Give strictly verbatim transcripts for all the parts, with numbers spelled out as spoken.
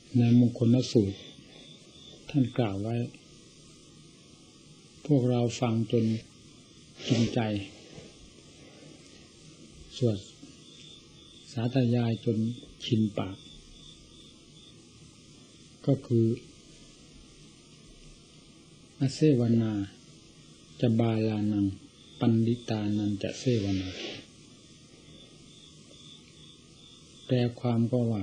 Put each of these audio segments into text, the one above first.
ในมงคลสูตรท่านกล่าวไว้พวกเราฟังจนกินใจสวดสาธยายจนชินปากก็คืออเสวนาจะบาลานังปันดิตานันจะเสวนาแปลความก็ว่า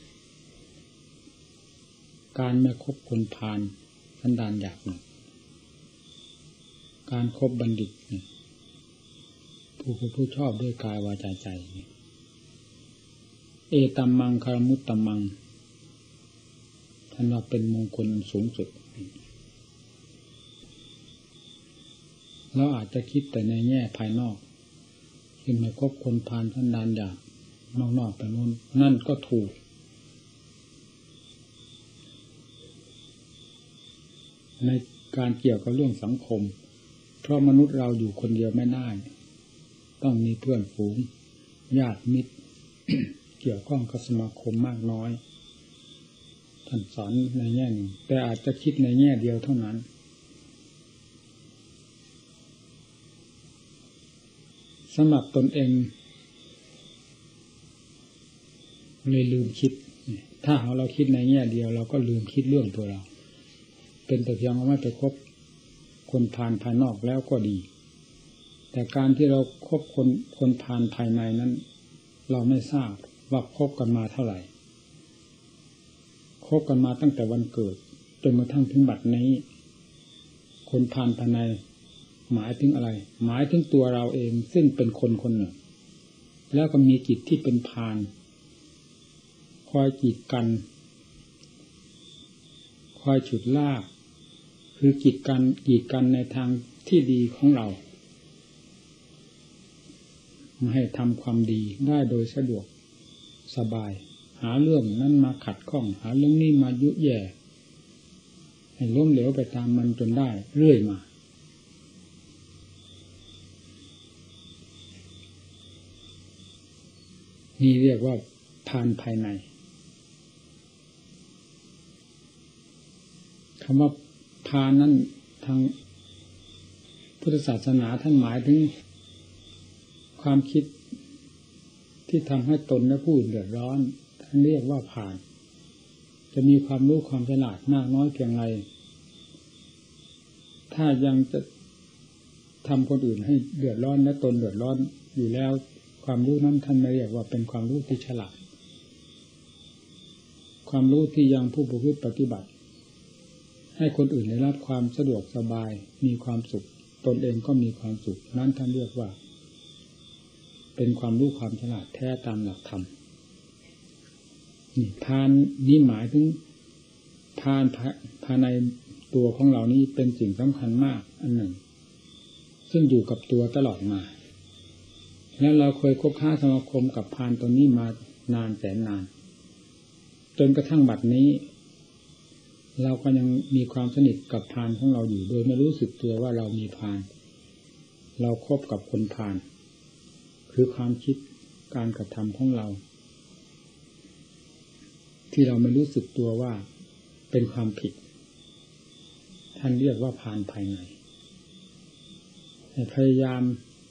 การไม่คบคนพาลสันดานหยาบหนึ่งการคบบัณฑิตผู้ผู้ชอบด้วยกายวาจาใจเอตัมมังคารมุตตัมมังท่านว่าเป็นมงคลสูงสุดเราอาจจะคิดแต่ในแง่ภายนอกที่ไม่คบคนพาลสันดานหยาบนอกๆไปโน่นนั่นก็ถูกในการเกี่ยวกับเรื่องสังคมเพราะมนุษย์เราอยู่คนเดียวไม่ได้ต้องมีเพื่อนฝูงญาติมิตร เกี่ยวข้องกับสมาคมมากน้อยท่านสอนในแง่หนึ่งแต่อาจจะคิดในแง่เดียวเท่านั้นสำหรับตนเองเลยลืมคิดถ้าเราคิดในแง่เดียวเราก็ลืมคิดเรื่องตัวเราเป็นแต่เพียงว่าไม่ไปคบคนพาลภายนอกแล้วก็ดีแต่การที่เราคบคนคนพาลภายในนั้นเราไม่ทราบว่าคบกันมาเท่าไหร่คบกันมาตั้งแต่วันเกิดจนมาทั้งถึงบัดนี้คนพาลภายในหมายถึงอะไรหมายถึงตัวเราเองซึ่งเป็นคนคนหนึ่งแล้วก็มีจิตที่เป็นพาลคอยกีดกันคอยฉุดลากคือกีดกันกีดกันในทางที่ดีของเราไม่ให้ทำความดีได้โดยสะดวกสบายหาเรื่องนั้นมาขัดข้องหาเรื่องนี้มายุแย่ให้ล้มเหลวไปตามมันจนได้เรื่อยมานี่เรียกว่าพาลภายในคำว่าพาลนั้นทางพุทธศาสนาท่านหมายถึงความคิดที่ทำให้ตนและผู้อื่นเดือดร้อนท่านเรียกว่าพาลจะมีความรู้ความฉลาดมากน้อยเพียงไรถ้ายังจะทำคนอื่นให้เดือดร้อนและตนเดือดร้อนอยู่แล้วความรู้นั้นท่านไม่เรียกว่าเป็นความรู้ที่ฉลาดความรู้ที่ยังผู้ประพฤติปฏิบัติให้คนอื่นได้รับความสะดวกสบายมีความสุขตนเองก็มีความสุขนั้นท่านเรียกว่าเป็นความรู้ความฉลาดแท้ตามหลักธรรมนี่พาลนี้หมายถึงพาลภายในตัวของเรานี้เป็นสิ่งสำคัญมากอันหนึ่งซึ่งอยู่กับตัวตลอดมาแล้วเราเคยคบค้าสมาคมกับพาลตัวนี้มานานแสนนานจนกระทั่งบัดนี้เราก็ยังมีความสนิทกับพาลของเราอยู่โดยไม่รู้สึกตัวว่าเรามีพาลเราคบกับคนพาลคือความคิดการกระทำของเราที่เราไม่รู้สึกตัวว่าเป็นความผิดท่านเรียกว่าพาลภายในพยายาม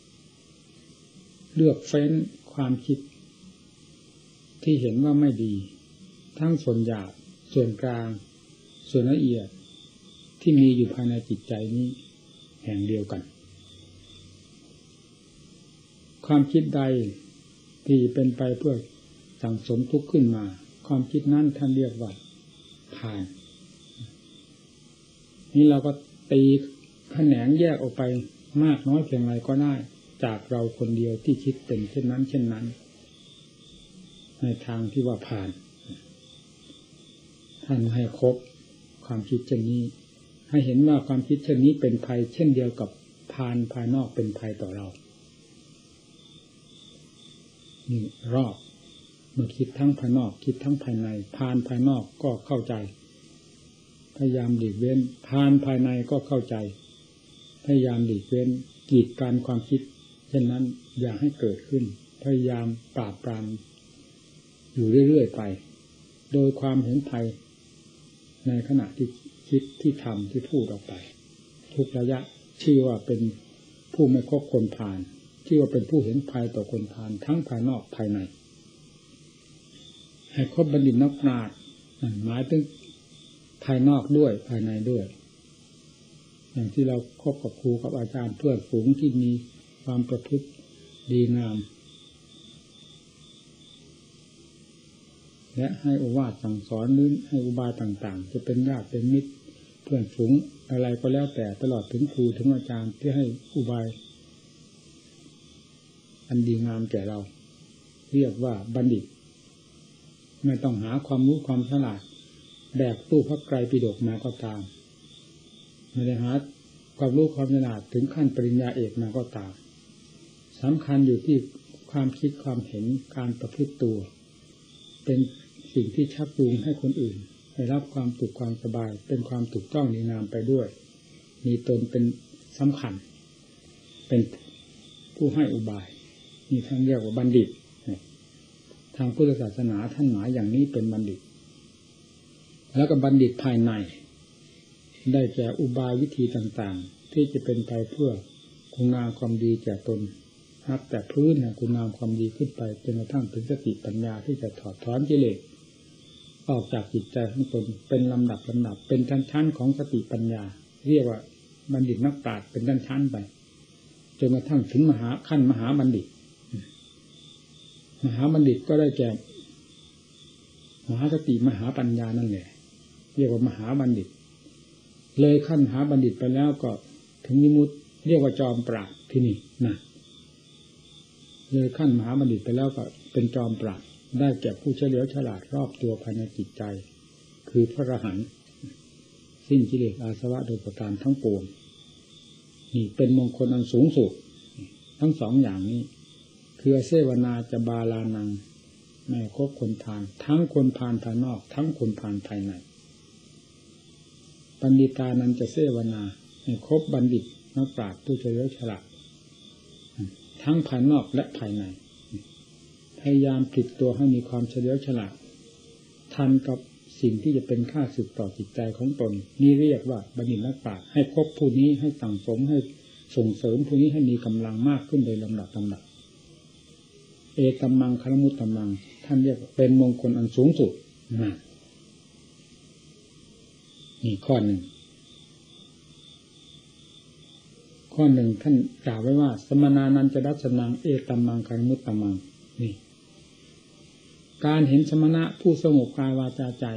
เลือกเฟ้นความคิดที่เห็นว่าไม่ดีทั้งส่วนหยาบส่วนกลางส่วนละเอียดที่มีอยู่ภายในจิตใจนี้แห่งเดียวกันความคิดใดที่เป็นไปเพื่อสั่งสมทุกข์ขึ้นมาความคิดนั้นท่านเรียกว่าพาลนี่เราก็ตีแขนงแยกออกไปมากน้อยเพียงไรก็ได้จากเราคนเดียวที่คิดเป็นเช่นนั้นเช่นนั้นในทางที่ว่าพาลท่านให้ครบความคิดเช่นนี้ให้เห็นว่าความคิดเช่นนี้เป็นภัยเช่นเดียวกับพาลภายนอกเป็นภัยต่อเรานี่รอบเมื่อคิดทั้งภายนอกคิดทั้งภายในพาลภายนอกก็เข้าใจพยายามหลีกเว้นพาลภายในก็เข้าใจพยายามหลีกเว้นกีดกันความคิดเช่นนั้นอย่าให้เกิดขึ้นพยายามปราบปรามอยู่เรื่อยๆไปโดยความเห็นภัยในขณะที่คิดที่ทำที่พูดออกไปทุกระยะชื่อว่าเป็นผู้ไม่คบคนพาลชื่อว่าเป็นผู้เห็นภัยต่อคนพาลทั้งภายนอกภายในให้คบบัณฑิตนักปราชญ์หมายถึงภายนอกด้วยภายในด้วยอย่างที่เราคบกับครูกับอาจารย์เพื่อนฝูงที่มีความประพฤติดีงามและให้โอวาทสั่งสอนหรือให้อุบายต่างๆจะเป็นญาติเป็นมิตรเพื่อนฝูงอะไรก็แล้วแต่ตลอดถึงครูถึงอาจารย์ที่ให้อุบายอันดีงามแก่เราเรียกว่าบัณฑิตไม่ต้องหาความรู้ความฉลาดแบกตู้พระไตรปิฎกมาก็ตามไม่ได้หาความรู้ความฉลาดถึงขั้นปริญญาเอกมาก็ตามสำคัญอยู่ที่ความคิดความเห็นการประพฤติตัวเป็นสิ่งที่ชักจูงให้คนอื่นได้รับความสุขความสบายเป็นความถูกต้องดีงามไปด้วยมีตนเป็นสำคัญเป็นผู้ให้อุบายนี่ท่านเรียกว่าบัณฑิตทางพุทธศาสนาท่านหมายอย่างนี้เป็นบัณฑิตแล้วก็บัณฑิตภายในได้แก่อุบายวิธีต่างๆที่จะเป็นไปเพื่อคุณงามความดีแก่ตนนับแต่พื้นแห่งคุณงามความดีขึ้นไปจนกระทั่งถึงสติปัญญาที่จะถอดถอนกิเลสออกจากจิตใจของตนเป็นลำดับลำดับเป็นชั้นๆของสติปัญญาเรียกว่าบัณฑิตนักปราชญ์เป็นชั้นๆไปจนกระทั่งถึงมหาขั้นมหาบัณฑิตมหาบัณฑิตก็ได้แก่มหาสติมหาปัญญานั่นแหละเรียกว่ามหาบัณฑิตเลยขั้นมหาบัณฑิตไปแล้วก็ถึงนิมุตติเรียกว่าจอมปราชญ์ที่นี่นะเลยขั้นมหาบัณฑิตไปแล้วก็เป็นจอมปราชญ์ได้แก่ผู้เฉลียวฉลาดรอบตัวภายในจิตใจคือพระอรหันต์สิ้นกิเลสอาสวะโดยประการทั้งปวงนี่เป็นมงคลอันสูงสุดทั้งสองอย่างนี้คือเสวนาจะบาลานังแม่คบคนพาลทั้งคนพาลภายนอกทั้งคนพาลภายในปัณฑิตานั้นจะเสวนาให้คบบัณฑิตนักปราชญ์ผู้เฉลียวฉลาดทั้งภายนอกและภายในพยายามปลิดตัวให้มีความเฉลียวฉลาดทันกับสิ่งที่จะเป็นค่าศึกต่อจิตใจของตนนี่เรียกว่าบัณฑิตนักปราชญ์ให้คบผู้นี้ให้สั่งสมให้ส่งเสริมผู้นี้ให้มีกำลังมากขึ้นโดยลำดับลำดับเอตัมมังคารมุตตัมมังท่านเรียกเป็นมงคลอันสูงสุดนะนี่ข้อหนึ่งข้อหนึ่งท่านกล่าวไว้ว่าสมณานันจะดัชนังเอตัมมังคารมุตตัมมังนี่การเห็นสมณะผู้สงบกายวาจาใจ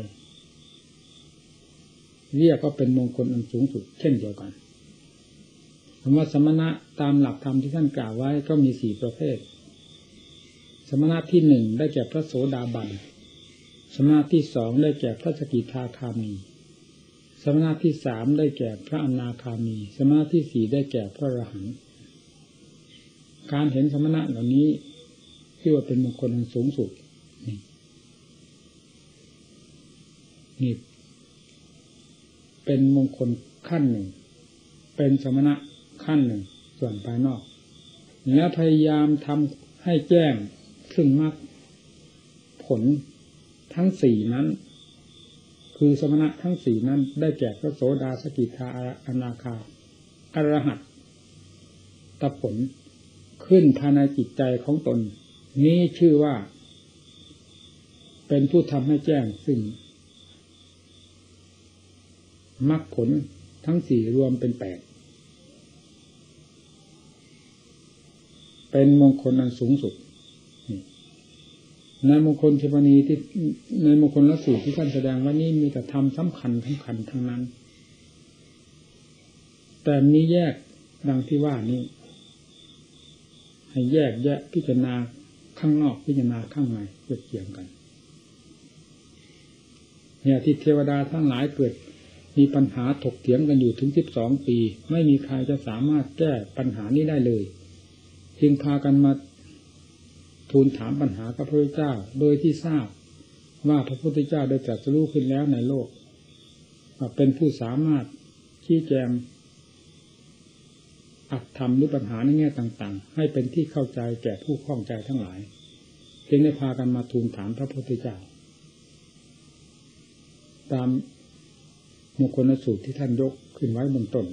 เรียกว่าเป็นมงคลอันสูงสุดเช่นเดียวกันคำว่าสมณะตามหลักธรรมที่ท่านกล่าวไว้ก็มีสี่ประเภทสมณะที่หนึ่งได้แก่พระโสดาบันสมณะที่สองได้แก่พระสกิทาคามีสมณะที่สามได้แก่พระอนาคามีสมณะที่สี่ได้แก่พระอรหันต์การเห็นสมณะเหล่านี้ที่ว่าเป็นมงคลอันสูงสุดนี่นี่เป็นมงคลขั้นหนึ่งเป็นสมณะขั้นหนึ่งส่วนภายนอกและพยายามทำให้แจ้งซึ่งมรรคผลทั้งสี่นั้นคือสมณะทั้งสี่นั้นได้แก่พระโสดาสกิทาอนาคาอรหัตตผลขึ้นภายในจิตใจของตนนี้ชื่อว่าเป็นผู้ทำให้แจ้งซึ่งมรรคผลทั้งสี่รวมเป็นแปดเป็นมงคลอันสูงสุดในมงคลเทวนีที่ในมงคลละสูตรที่ท่านแสดงว่านี่มีแต่ธรรมสำคัญสำคัญทั้งนั้นแต่นี้แยกดังที่ว่านี้ให้แยกแยะพิจารณาข้างนอกพิจารณาข้างในเทียบเทียงกันเนี่ยที่เทวดาทั้งหลายเกิดมีปัญหาถกเถียงกันอยู่ถึงสิบสองปีไม่มีใครจะสามารถแก้ปัญหานี้ได้เลยจึงพากันมาทูลถามปัญหากับพระพุทธเจ้าโดยที่ทราบว่าพระพุทธเจ้าได้ตรัสรู้ขึ้นแล้วในโลกเป็นผู้สามารถชี้แจงอัตธรรมหรือปัญหาในแง่ต่างๆให้เป็นที่เข้าใจแก่ผู้ข้องใจทั้งหลายจึงได้พากันมาทูลถามพระพุทธเจ้าตามมงคลสูตรที่ท่านยกขึ้นไว้เบื้องต้น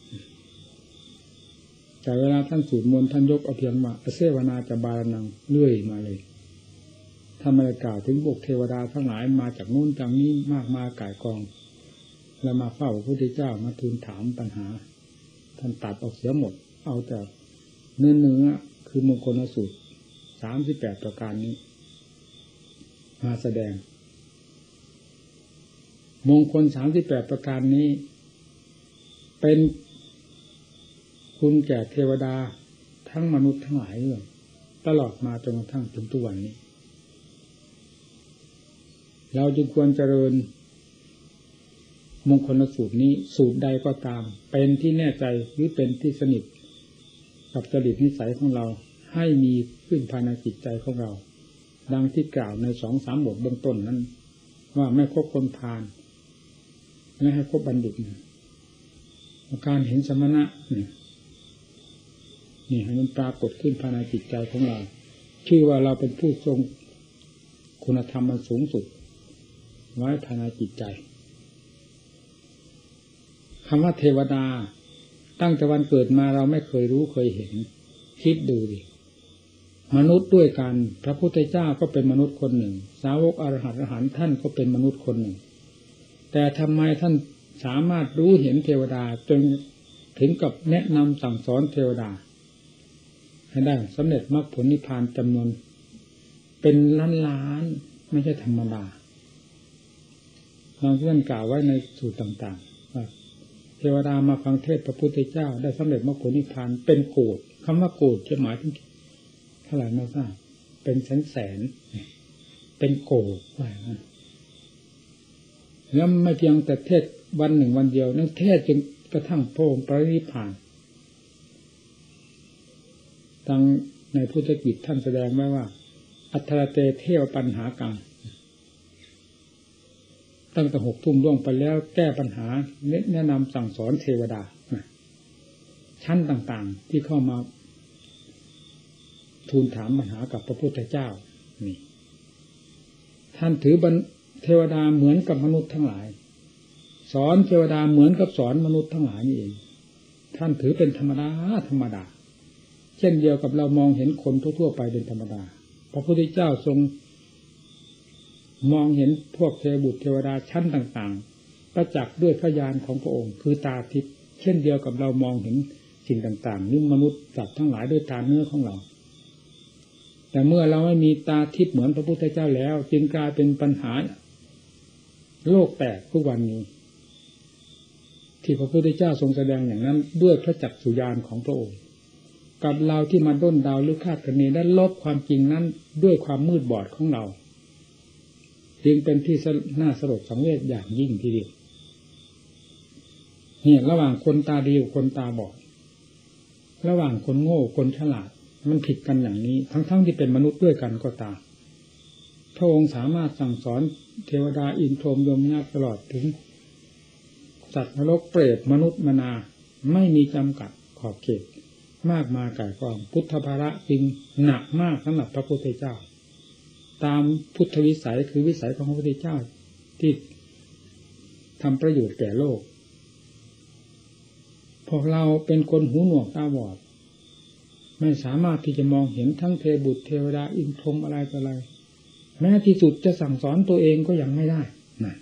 แต่เวลาท่านสูตรมนต์ท่านยกเอาเพียงมาเสวนาจะบาลนังเลื่อยมาเลยทำอะไรกล่าวถึงพวกเทวดาทั้งหลายมาจากโน้นจากนี้มากมายก่ายกองแล้วมาเฝ้าพระพุทธเจ้ามาทูลถามปัญหาท่านตัดออกเสียหมดเอาแต่เนื้อเนื้อคือมงคลสูตรสามสิบแปดประการนี้มาแสดงมงคลสามสิบแปดประการนี้เป็นคุณแก่เทวดาทั้งมนุษย์ทั้งหลายเรื่องตลอดมาจนกระทั่งถึงทุกวันนี้เราจึงควรเจริญมงคลสูตรนี้สูตรใดก็ตามเป็นที่แน่ใจหรือเป็นที่สนิทกับจริตนิสัยของเราให้มีขึ้นภายในจิตใจของเราดังที่กล่าวในสองสามบทเบื้องต้นนั้นว่าไม่คบคนพาลไม่ให้คบบัณฑิตการเห็นสมณะนี่นี่ให้มันปรากฏขึ้นภายในจิตใจของเราชื่อว่าเราเป็นผู้ทรงคุณธรรมมันสูงสุดไว้ภายในจิตใจคำว่าเทวดาตั้งแต่วันเกิดมาเราไม่เคยรู้เคยเห็นคิดดูดิมนุษย์ด้วยกันพระพุทธเจ้าก็เป็นมนุษย์คนหนึ่งสาวกอรหันต์อรหันต์ท่านก็เป็นมนุษย์คนหนึ่งแต่ทำไมท่านสามารถรู้เห็นเทวดาจนถึงกับแนะนำสั่งสอนเทวดาให้ได้สำเร็จมรรคผลนิพพานจำนวนเป็นล้านล้านไม่ใช่ธรรมดาเราที่ท่านกล่าวไว้ในสูตรต่างๆว่าเทวดามาฟังเทศน์พระพุทธเจ้าได้สำเร็จมรรคผลนิพพานเป็นโกฏคำว่าโกฏจะหมายถึงเท่าไหร่ไม่ทราบเป็นแสนแสนเป็นโกฏว่าอย่างนั้นแล้วไม่เพียงแต่เทศวันหนึ่งวันเดียวนั่นเทศจนกระทั่งพระองค์ปรินิพพานดังในพุทธกิจท่านแสดงไว้ว่าอัฏฐเตเทวปัญหากังตั้งแต่หกทุ่มล่วงไปแล้วแก้ปัญหาแนะนำสั่งสอนเทวดาชั้นต่างๆที่เข้ามาทูลถามปัญหากับพระพุทธเจ้านี่ท่านถือเทวดาเหมือนกับมนุษย์ทั้งหลายสอนเทวดาเหมือนกับสอนมนุษย์ทั้งหลายนี่เองท่านถือเป็นธรรมดาธรรมดาเช่นเดียวกับเรามองเห็นคนทั่วๆไปเป็นธรรมดาพระพุทธเจ้าทรงมองเห็นพวกเทวบุตรเทวดาชั้นต่างๆประจักษ์ด้วยพระญาณของพระองค์คือตาทิพย์เช่นเดียวกับเรามองเห็นสิ่งต่างๆนี่มนุษย์สัตว์ทั้งหลายด้วยตาเนื้อของเราแต่เมื่อเราไม่มีตาทิพย์เหมือนพระพุทธเจ้าแล้วจึงกลายเป็นปัญหาโลกแตกทุกวันนี้ที่พระพุทธเจ้าทรงแสดงอย่างนั้นด้วยพระจักษุญาณของพระองค์กับเราที่มาด้นดาวหรือคาดคะเนได้ลบความจริงนั้นด้วยความมืดบอดของเราจึงเป็นที่น่าสลดสังเวชอย่างยิ่งทีเดียวเนี่ยระหว่างคนตาดีกับคนตาบอดระหว่างคนโง่คนฉลาดมันผิดกันอย่างนี้ทั้งๆ ท, ที่เป็นมนุษย์ด้วยกันก็ตามพระองค์สามารถสั่งสอนเทวดาอินทร์พรหมยมนาถตลอดถึงสัตว์นรกเปรตมนุษย์มนาไม่มีจำกัดขอบเขตมากมายก่ายกองพุทธภาระจึงหนักมากสำหรับพระพุทธเจ้าตามพุทธวิสัยคือวิสัยของพระพุทธเจ้าที่ทำประโยชน์แก่โลกพวกเราเป็นคนหูหนวกตาบอดไม่สามารถที่จะมองเห็นทั้งเทวบุตรเทวดาอินทร์พรหมอะไรต่ออะไรแม้ที่สุดจะสั่งสอนตัวเองก็ยังไม่ได้นะ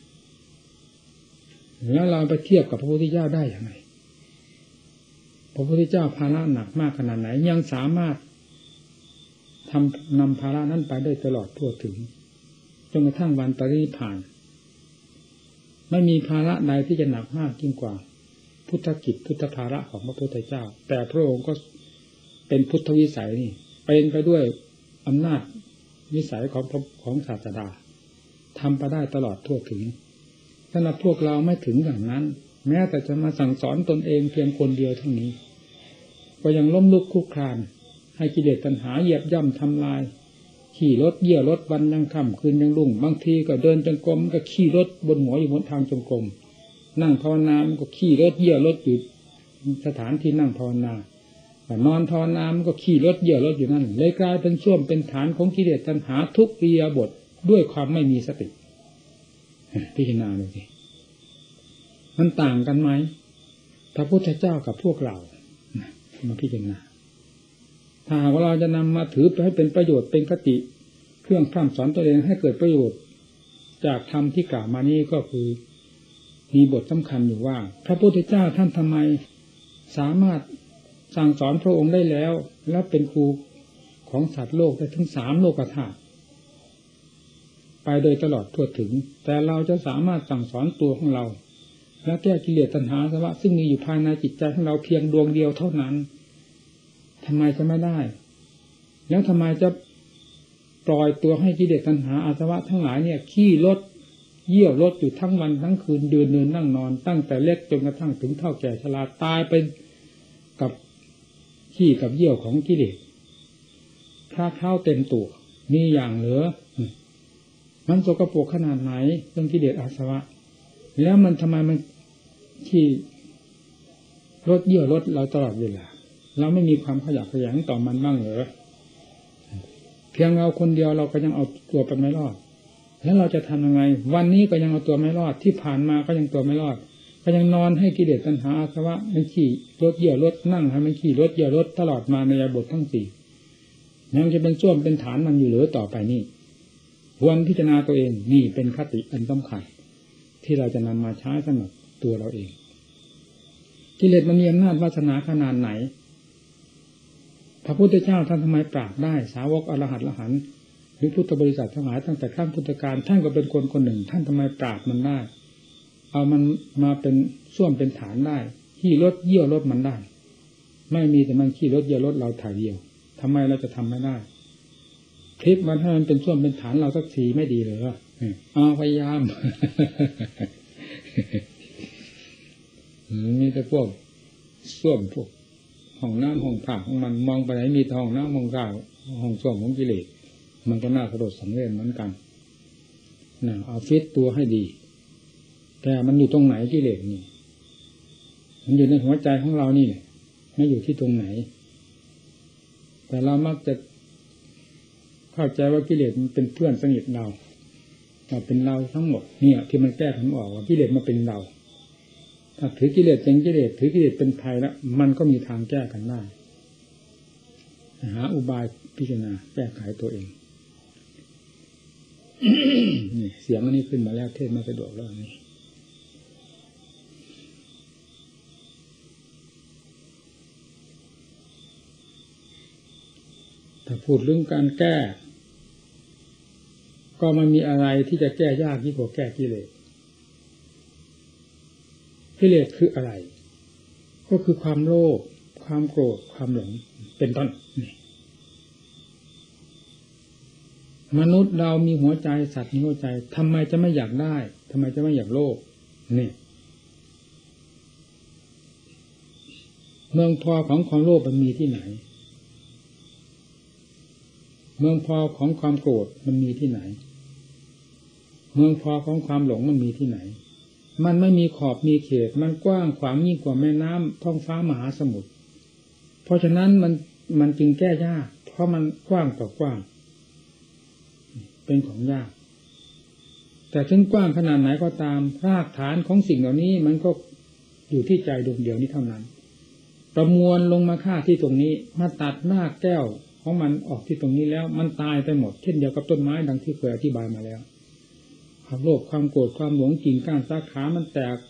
แล้วเราไปเทียบกับพระพุทธเจ้าได้อย่างไรพระพุทธเจ้าภาระหนักมากขนาดไหนยังสามารถทำนำภาระนั้นไปได้ตลอดทั่วถึงจนกระทั่งวันปรินิพพานไม่มีภาระใดที่จะหนักมากยิ่งกว่าพุทธกิจพุทธภาระของพระพุทธเจ้าแต่พระองค์ก็เป็นพุทธวิสัยนี่เป็นไปด้วยอำนาจวิสัยของของศาสดาทำไปได้ตลอดทั่วถึงสำหรับพวกเราไม่ถึงอย่างนั้นแม้แต่จะมาสั่งสอนตนเองเพียงคนเดียวเท่านี้ก็ยังล้มลุกคลุกคลานให้กิเลสตัณหาเหยียบย่ำทำลายขี่รถเยี่ยรถวันยังค่ำคืนยังรุ่งบางทีก็เดินจงกรมก็ขี่รถบนหัวอยู่บนทางจงกรมนั่งภาวนาก็ขี่รถเยี่ยรถอยู่สถานที่นั่งภาวนานอนภาวนาก็ขี่รถเยี่ยรถอยู่นั่นเลยกลายเป็นส้วมเป็นฐานของกิเลสตัณหาทุกอิริยาบถด้วยความไม่มีสติพิจารณาดูสิมันต่างกันไหมพระพุทธเจ้ากับพวกเรามาพิจารณาถ้าว่าเราจะนำมาถือไปให้เป็นประโยชน์เป็นคติเครื่องพร่ำสอนตัวเองให้เกิดประโยชน์จากธรรมที่กล่าวมานี้ก็คือมีบทสำคัญอยู่ว่าพระพุทธเจ้าท่านทำไมสามารถสั่งสอนพระองค์ได้แล้วและเป็นครูของสัตว์โลกได้ถึงสามโลกธาตุไปโดยตลอดทั่วถึงแต่เราจะสามารถสั่งสอนตัวของเราและแก้กิเลสตัณหาอาสวะซึ่งมีอยู่ภายในจิตใจของเราเพียงดวงเดียวเท่านั้นทำไมจะไม่ได้แล้วทำไมจะปล่อยตัวให้กิเลสตัณหาอาสวะทั้งหลายเนี่ยขี้ลดเยี่ยวลดอยู่ทั้งวันทั้งคืนเดินเดินนั่งนอนตั้งแต่เล็กจนกระทั่งถึงเฒ่าแก่ชราตายไปกับขี้กับเยี่ยวของกิเลสพระเท้าเต็มตัวมีอย่างเหลือมันสกปรกขนาดไหนเรื่องกิเลสอาสวะแล้วมันทำไมมันที่ลดเยี่ยวลดเราตลอดเวลาเราไม่มีความขยันขยันต่อมันบ้างเหรอเพียงเราคนเดียวเราก็ยังเอาตัวไปไม่รอดแล้วเราจะทำยังไงวันนี้ก็ยังเอาตัวไม่รอดที่ผ่านมาก็ยังตัวไม่รอดก็ยังนอนให้กิเลสตัณหาอาสวะมันขี่ลดเยี่ยวลดนั่งให้มันขี่ลดเยี่ยวลดตลอดมาในบททั้งสี่ยังจะเป็นส้วมเป็นฐานมันอยู่หรือต่อไปนี่ควรพิจารณาตัวเองนี่เป็นคติอันสำคัญที่เราจะนำมาใช้สำหรับตัวเราเองกิเลสมันมีอำนาจวาสนาขนาดไหนพระพุทธเจ้าท่านทำไมปราบได้สาวกอรหัตอรหันต์หรือพุทธบริษัททั้งหลายตั้งแต่ขั้นพุทธกาลท่านก็เป็นคนคนหนึ่งท่านทำไมปราบมันได้เอามันมาเป็นส้วมเป็นฐานได้ขี้รถเยี่ยวรถมันได้ไม่มีแต่มันขี้รถเยี่ยวรถเราถ่ายเดียวทำไมเราจะทำไม่ได้คลิปมันให้มันเป็นส้วมเป็นฐานเราสักทีไม่ดีเลยว่าเอาพยายามมีแต่พวกส้วมพวกห้องน้ำห้องผ้าของมันมองไปไหนมีห้องน้ำห้องผ้าห้องส้วมของกิเลสมันก็น่าสลดสังเวชเหมือนกันนะเอาฟิตตัวให้ดีแต่มันอยู่ตรงไหนกิเลสนี่มันอยู่ในหัวใจของเรานี่ไม่อยู่ที่ตรงไหนแต่เรามักจะเข้าใจว่ากิเลสมันเป็นเพื่อนสนิทเราเราเป็นเราทั้งหมดเนี่ยที่มันแก้ทั้งออกว่ากิเลสมาเป็นเราถ้าถือกิเลสเป็นกิเลสถือกิเลสเป็นภัยแล้วมันก็มีทางแก้กันได้หาอุบายพิจารณาแก้ไขตัวเอง นี่เสียงอันนี้ขึ้นมาแล้วเทศมาสะดวกแล้วนี่ถ้าพูดเรื่องการแก้ก็มันมีอะไรที่จะแก้ยากยิ่งกว่าแก้กิเลสกิเลสคืออะไรก็คือความโลภความโกรธความหลงเป็นต้นมนุษย์เรามีหัวใจสัตว์มีหัวใจทำไมจะไม่อยากได้ทำไมจะไม่อยากโลภนี่เมืองพอของความโลภมันมีที่ไหนเมืองพอของความโกรธมันมีที่ไหนเมืองพอของความหลงมันมีที่ไหนมันไม่มีขอบมีเขตมันกว้างขวางยิ่งกว่าแม่น้ำท้องฟ้ามหาสมุทรเพราะฉะนั้นมันมันจึงแก้ยากเพราะมันกว้างต่อกว้างเป็นของยากแต่ถึงกว้างขนาดไหนก็ตามรากฐานของสิ่งเหล่านี้มันก็อยู่ที่ใจดวงเดียวนี้เท่านั้นประมวลลงมาฆ่าที่ตรงนี้มาตัดหน้าแก้วของมันออกที่ตรงนี้แล้วมันตายไปหมดเช่นเดียวกับต้นไม้ดังที่เคยอธิบายมาแล้วความโลภความโกรธความหลงกิ่งก้านสาขามันแตก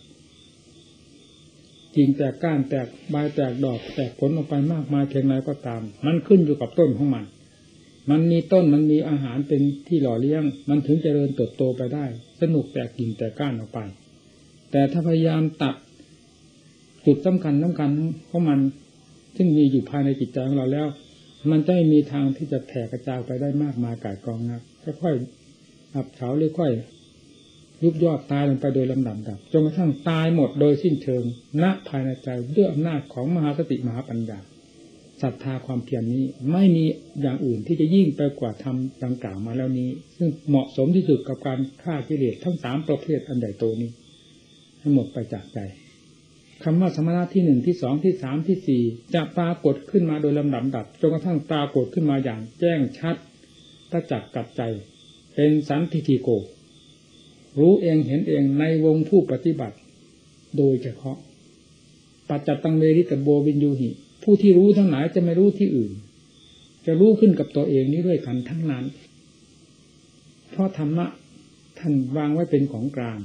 กิ่งแตกก้านแตกใบแตกดอกแตกผลออกไปมากมายเพียงไรก็ตามมันขึ้นอยู่กับต้นของมันมันมีต้นมันมีอาหารเป็นที่หล่อเลี้ยงมันถึงเจริญเติบโตไปได้สนุกแตกกิ่งแตกก้านออกไปแต่ถ้าพยายามตัดจุดสำคัญสำคัญของมันซึ่งมีอยู่ภายในจิตใจของเราแล้วมันจะไม่มีทางที่จะแผ่กระจายไปได้มากมายก่ายกองนะค่อยๆอับเฉาหรือค่อยยุบยอดตายลงไปโดยลำดับดับจนกระทั่งตายหมดโดยสิ้นเชิงณภายในใจด้วยอำนาจของมหาสติมหาปัญญาศรัทธาความเพียรนี้ไม่มีอย่างอื่นที่จะยิ่งไปกว่าธรรมดังกล่าวมาแล้วนี้ซึ่งเหมาะสมที่สุดกับการฆ่ากิเลสทั้งสามประเภทอันใหญ่โตนี้ให้หมดไปจากใจคำว่าสมถะที่หนึ่งที่สองที่สามที่สี่จะปรากฏขึ้นมาโดยลำดับดับจนกระทั่งปรากฏขึ้นมาอย่างแจ้งชัดประจักษ์กับใจเป็นสันทิฏฐิโกรู้เองเห็นเองในวงผู้ปฏิบัติโดยเฉพาะปัจจตังเวริตโบวินยูหิผู้ที่รู้ทั้งหลายจะไม่รู้ที่อื่นจะรู้ขึ้นกับตัวเองนี้ด้วยกันทั้งนั้นเพราะธรรมะท่านวางไว้เป็นของกลาง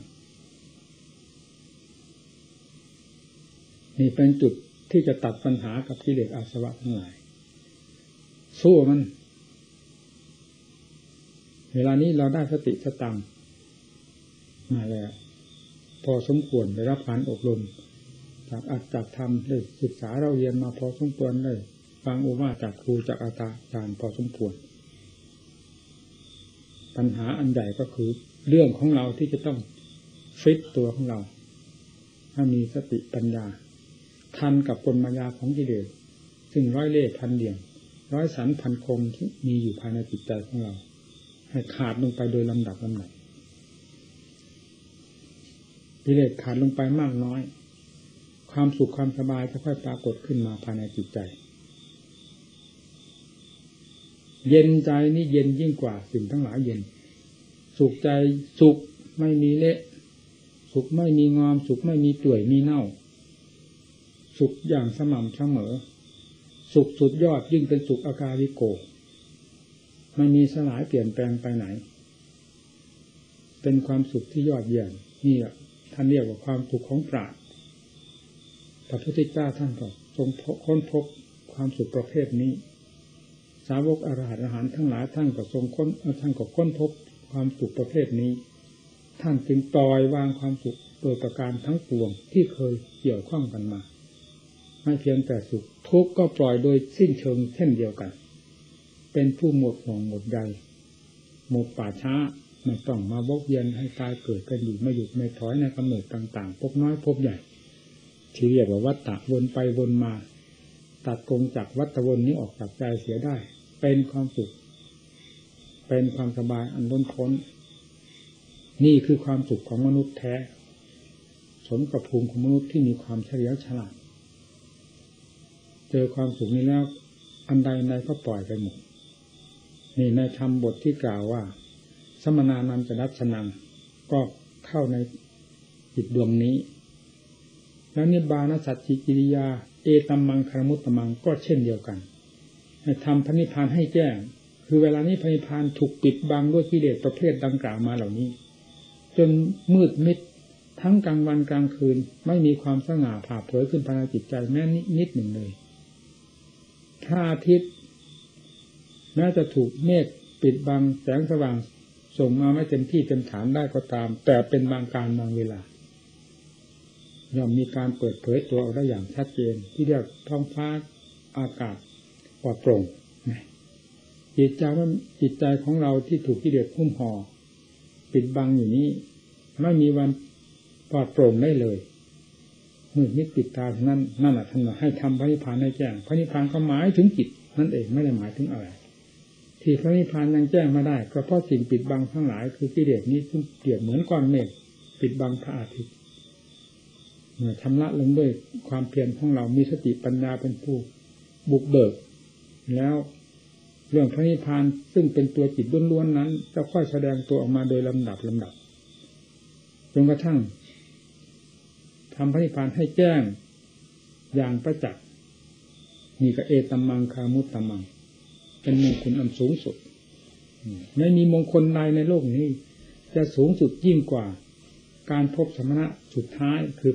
นี่เป็นจุดที่จะตัดปัญหากับกิเลสอาสวะทั้งหลายสู้มันเวลานี้เราได้สติสตังมาแล้วพอสมควรได้รับการอบรมจากอัตจากธรรมได้ศึกษาเราเรียนมาพอสมควรเลยฟังโอวาทจากครูจากอาจารย์พอสมควรปัญหาอันใหญ่ก็คือเรื่องของเราที่จะต้องฟิตตัวของเราให้มีสติปัญญาทันกับกลมายาของกิเลสซึ่งร้อยเล่ห์พันเหลี่ยมร้อยสันพันคมที่มีอยู่ภายในจิตใจของเราให้ขาดลงไปโดยลำดับลำดับกิเลสขาดลงไปมากน้อยความสุขความสบายจะค่อยปรากฏขึ้นมาภายในจิตใจเย็นใจนี่เย็นยิ่งกว่าสิ่งทั้งหลายเย็นสุขใจสุขไม่มีเละสุขไม่มีงอมสุขไม่มีเปื่อยมีเน่าสุขอย่างสม่ำเสมอสุขสุดยอดยิ่งเป็นสุขอาการิโกไม่มีสลายเปลี่ยนแปลงไปไหนเป็นความสุขที่ยอดเยี่ยมนี่ท่านเรียกว่าความสุขของปราชญ์พระพุทธเจ้าท่านก็ทรงค้นพบความสุขประเภทนี้สาวกอรหันต์อรหันต์ทั้งหลายท่านก็ทรงค้นท่านก็ค้นพบความสุขประเภทนี้ท่านจึงปล่อยวางความสุขโดยประการทั้งปวงที่เคยเกี่ยวข้องกันมาไม่เพียงแต่สุขทุกข์ก็ปล่อยโดยสิ้นเชิงเช่นเดียวกันเป็นผู้หมดห่วงหมดใยหมดป่าช้าไม่ต้องมาบกเย็นให้ตายเกิดกันอยู่ไม่หยุดไม่ถอยในกำเนิดต่างๆพบน้อยพบใหญ่ที่เรียกว่าวัฏฏะวนไปวนมาตัดกงจากวัฏวนนี้ออกจากใจเสียได้เป็นความสุขเป็นความสบายอันล้นพ้นนี่คือความสุขของมนุษย์แท้สมกับภูมิของมนุษย์ที่มีความเฉลียวฉลาดเจอความสุขนี้แล้วอันใดอันใดก็ปล่อยไปหมดนี่ในธรรมบทที่กล่าวว่าสมณานันจะรัชนังก็เข้าในจิตดวงนี้แล้วนิบานัสสัจจิกิริยาเอตัมมังคารมุตตมังก็เช่นเดียวกันให้ทำพระนิพพานให้แจ้งคือเวลานี้พระนิพพานถูกปิดบังด้วยกิเลสประเภทดังกล่าวมาเหล่านี้จนมืดมิดทั้งกลางวันกลางคืนไม่มีความสง่าผ่าเผยขึ้นภายในจิตใจแม้นิดหนึ่งเลยพระอาทิตย์แม้จะถูกเมฆปิดบังแสงสว่างส่งมาไม่เต็มที่เต็มฐานได้ก็ตามแต่เป็นบางการบางเวลาย่อมมีการเปิดเผยตัวออกได้อย่างชัดเจนที่เรียกท้องฟ้าอากาศปลอดโปร่งจิตใจว่าจิตใจของเราที่ถูกกิเลสหุ้มห่อปิดบังอยู่นี้ไม่มีวันปลอดโปร่งได้เลยมืดมิดปิดตานั้นนั่นแหละท่านให้ทำพระนิพพานให้แจ้งพระนิพพานก็หมายถึงจิตนั่นเองไม่ได้หมายถึงอะไรที่พระนิพพานยังแจ้งมาได้ก็เพราะสิ่งปิดบังทั้งหลายคือกิเลสนี้ซึ่งเปรียบเหมือนก้อนเมฆปิดบังพระอาทิตย์เมื่อชำระลงด้วยความเพียรของเรามีสติปัญญาเป็นผู้บุกเบิกแล้วเรื่องพระนิพพานซึ่งเป็นตัวจิตล้วนๆนั้นจะค่อยแสดงตัวออกมาโดยลำดับลำดับจนกระทั่งทำพระนิพพานให้แจ้งอย่างประจักษ์นี่ก็เอตัมมังคามุตตัมมังเป็นมงคลอันสูงสุดไม่มีมงคลใดในโลกนี้จะสูงสุดยิ่งกว่าการพบสมณะสุดท้ายคือ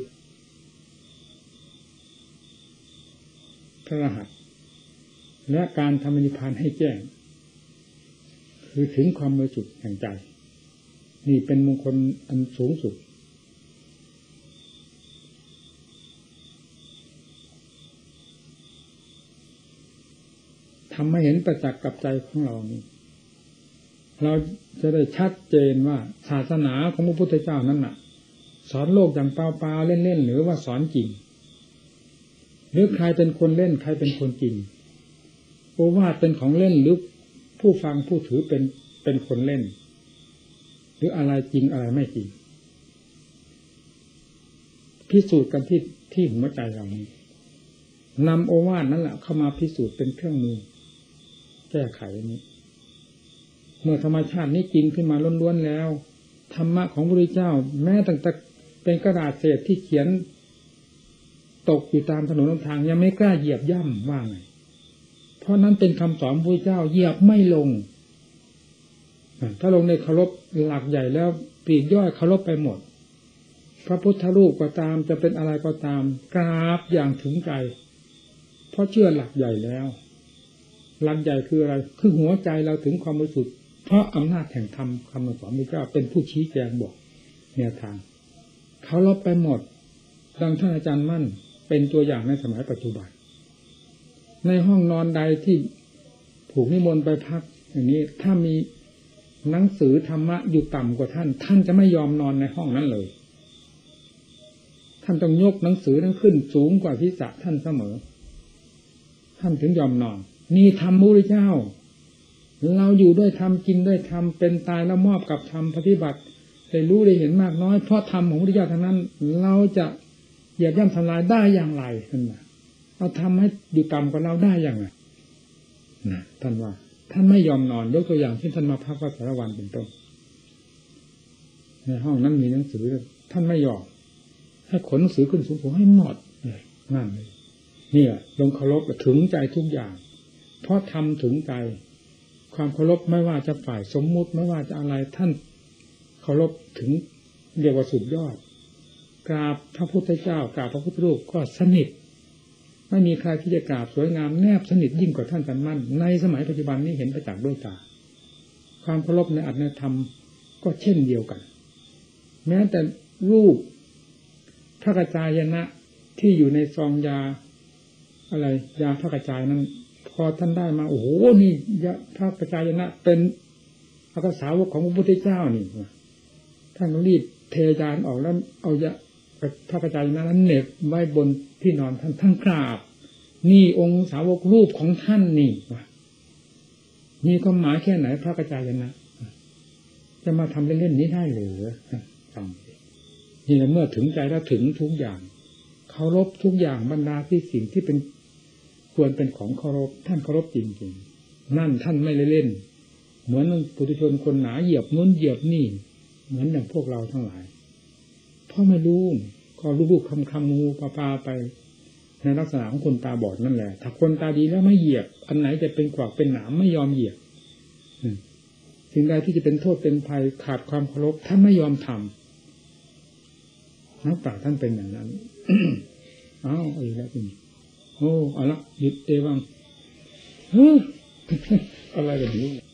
พระอรหันต์และการทำนิพพานให้แจ้งคือถึงความบริสุทธิ์แห่งใจนี่เป็นมงคลอันสูงสุดทำให้เห็นประจักษ์กับใจของเรานี้เราจะได้ชัดเจนว่าศาสนาของพระพุทธเจ้านั้นน่ะสอนโลกอย่างเปล่าๆเล่นๆหรือว่าสอนจริงหรือใครเป็นคนเล่นใครเป็นคนจริงโอวาทเป็นของเล่นหรือผู้ฟังผู้ถือเป็นเป็นคนเล่นหรืออะไรจริงอะไรไม่จริงพิสูจน์กันที่ที่หัวใจเรานี้นำโอวาทนั่นแหละเข้ามาพิสูจน์เป็นเครื่องมือแก้ไขนี้เมื่อธรรมชาตินี้จริงขึ้นมาล้วนๆแล้วธรรมะของพระพุทธเจ้าแม้ตั้งแต่เป็นกระดาษเศษที่เขียนตกอยู่ตามถนนทางยังไม่กล้าเหยียบย่ำว่าไงเพราะนั้นเป็นคำสอนพระพุทธเจ้าเหยียบไม่ลงถ้าลงในเคารพหลักใหญ่แล้วปลีกย่อยเคารพไปหมดพระพุทธรูปก็ตามจะเป็นอะไรก็ตามกราบอย่างถึงใจเพราะเชื่อหลักใหญ่แล้วหลักใหญ่คืออะไรคือหัวใจเราถึงความบริสุทธิ์เพราะอำนาจแห่งธรรมคำสอนพระเจ้าเป็นผู้ชี้แจงบอกแนวทางเขาลบไปหมดดังท่านอาจารย์มั่นเป็นตัวอย่างในสมัยปัจจุบันในห้องนอนใดที่ถูกนิมนต์ไปพักอย่างนี้ถ้ามีหนังสือธรรมะอยู่ต่ำกว่าท่านท่านจะไม่ยอมนอนในห้องนั้นเลยท่านต้องยกหนังสือนั้นขึ้นสูงกว่าศีรษะท่านเสมอท่านถึงยอมนอนนี่ธรรมพระพุทธเจ้าเราอยู่ด้วยธรรมกินด้วยธรรมเป็นตายแล้วมอบกับธรรมปฏิบัติได้รู้ได้เห็นมากน้อยเพราะธรรมของพระพุทธเจ้าทั้งนั้นเราจะเหยียบย่ำทำลายได้อย่างไรท่านว่าเราทำให้อยู่ต่ำกว่าเราได้อย่างไรนะท่านว่าท่านไม่ยอมนอนยกตัวอย่างที่ท่านมาพักวัดสารวันเป็นต้นในห้องนั้นมีหนังสือท่านไม่ยอมให้ขนหนังสือขึ้นสูงๆให้หมดนั่นเลยเนี่ยลงเคารพถึงใจทุกอย่างเพราะทำถึงใจความเคารพไม่ว่าจะฝ่ายสมมุติไม่ว่าจะอะไรท่านเคารพถึงเรียกว่าสุดยอดกราบพระพุทธเจ้ากราบพระพุทธรูปก็สนิทไม่มีใครที่จะกราบสวยงามแนบสนิทยิ่งกว่าท่านอาจารย์มั่นในสมัยปัจจุบันนี้เห็นประจักษ์ด้วยตาความเคารพในอัตถธรรมก็เช่นเดียวกันแม้แต่รูปพระกจายนะที่อยู่ในซองยาอะไรยาพระกจายนั้นพอท่านได้มาโอ้โหนี่ยาพระกจายนะเป็นอักษสาวกของพระพุทธเจ้านี่ท่านก็รีบเทยานออกแล้วเอายาพระกจายนะนั้นเหน็บไว้บนที่นอนท่านท่านกราบนี่องค์สาวกรูปของท่านนี่ว่ามีความหมายแค่ไหนพระกจายนะจะมาทำเล่นๆนี้ได้หรือฟังนี่แหละเมื่อถึงใจแล้วถึงทุกอย่างเคารพทุกอย่างบรรดาที่สิ่งที่เป็นควรเป็นของเคารพท่านเคารพจริงๆนั่นท่านไม่เล่นเหมือนปุถุชนคนหนาเหยียบนู้นเหยียบนี่เหมือนอย่างพวกเราทั้งหลายเพราะไม่รู้ก็ลูกๆคำๆงูปลาปลาไปในลักษณะของคนตาบอดนั่นแหละถ้าคนตาดีแล้วไม่เหยียบอันไหนจะเป็นกวากเป็นหนามไม่ยอมเหยียบสิ่งใดที่จะเป็นโทษเป็นภัยขาดความเคารพท่านไม่ยอมทำนักปราชญ์ท่านเป็นอย่างนั้น อ้าวอีกแล้วคุณโอ้เอาละหยุดเอวัง อะไรแบบนี้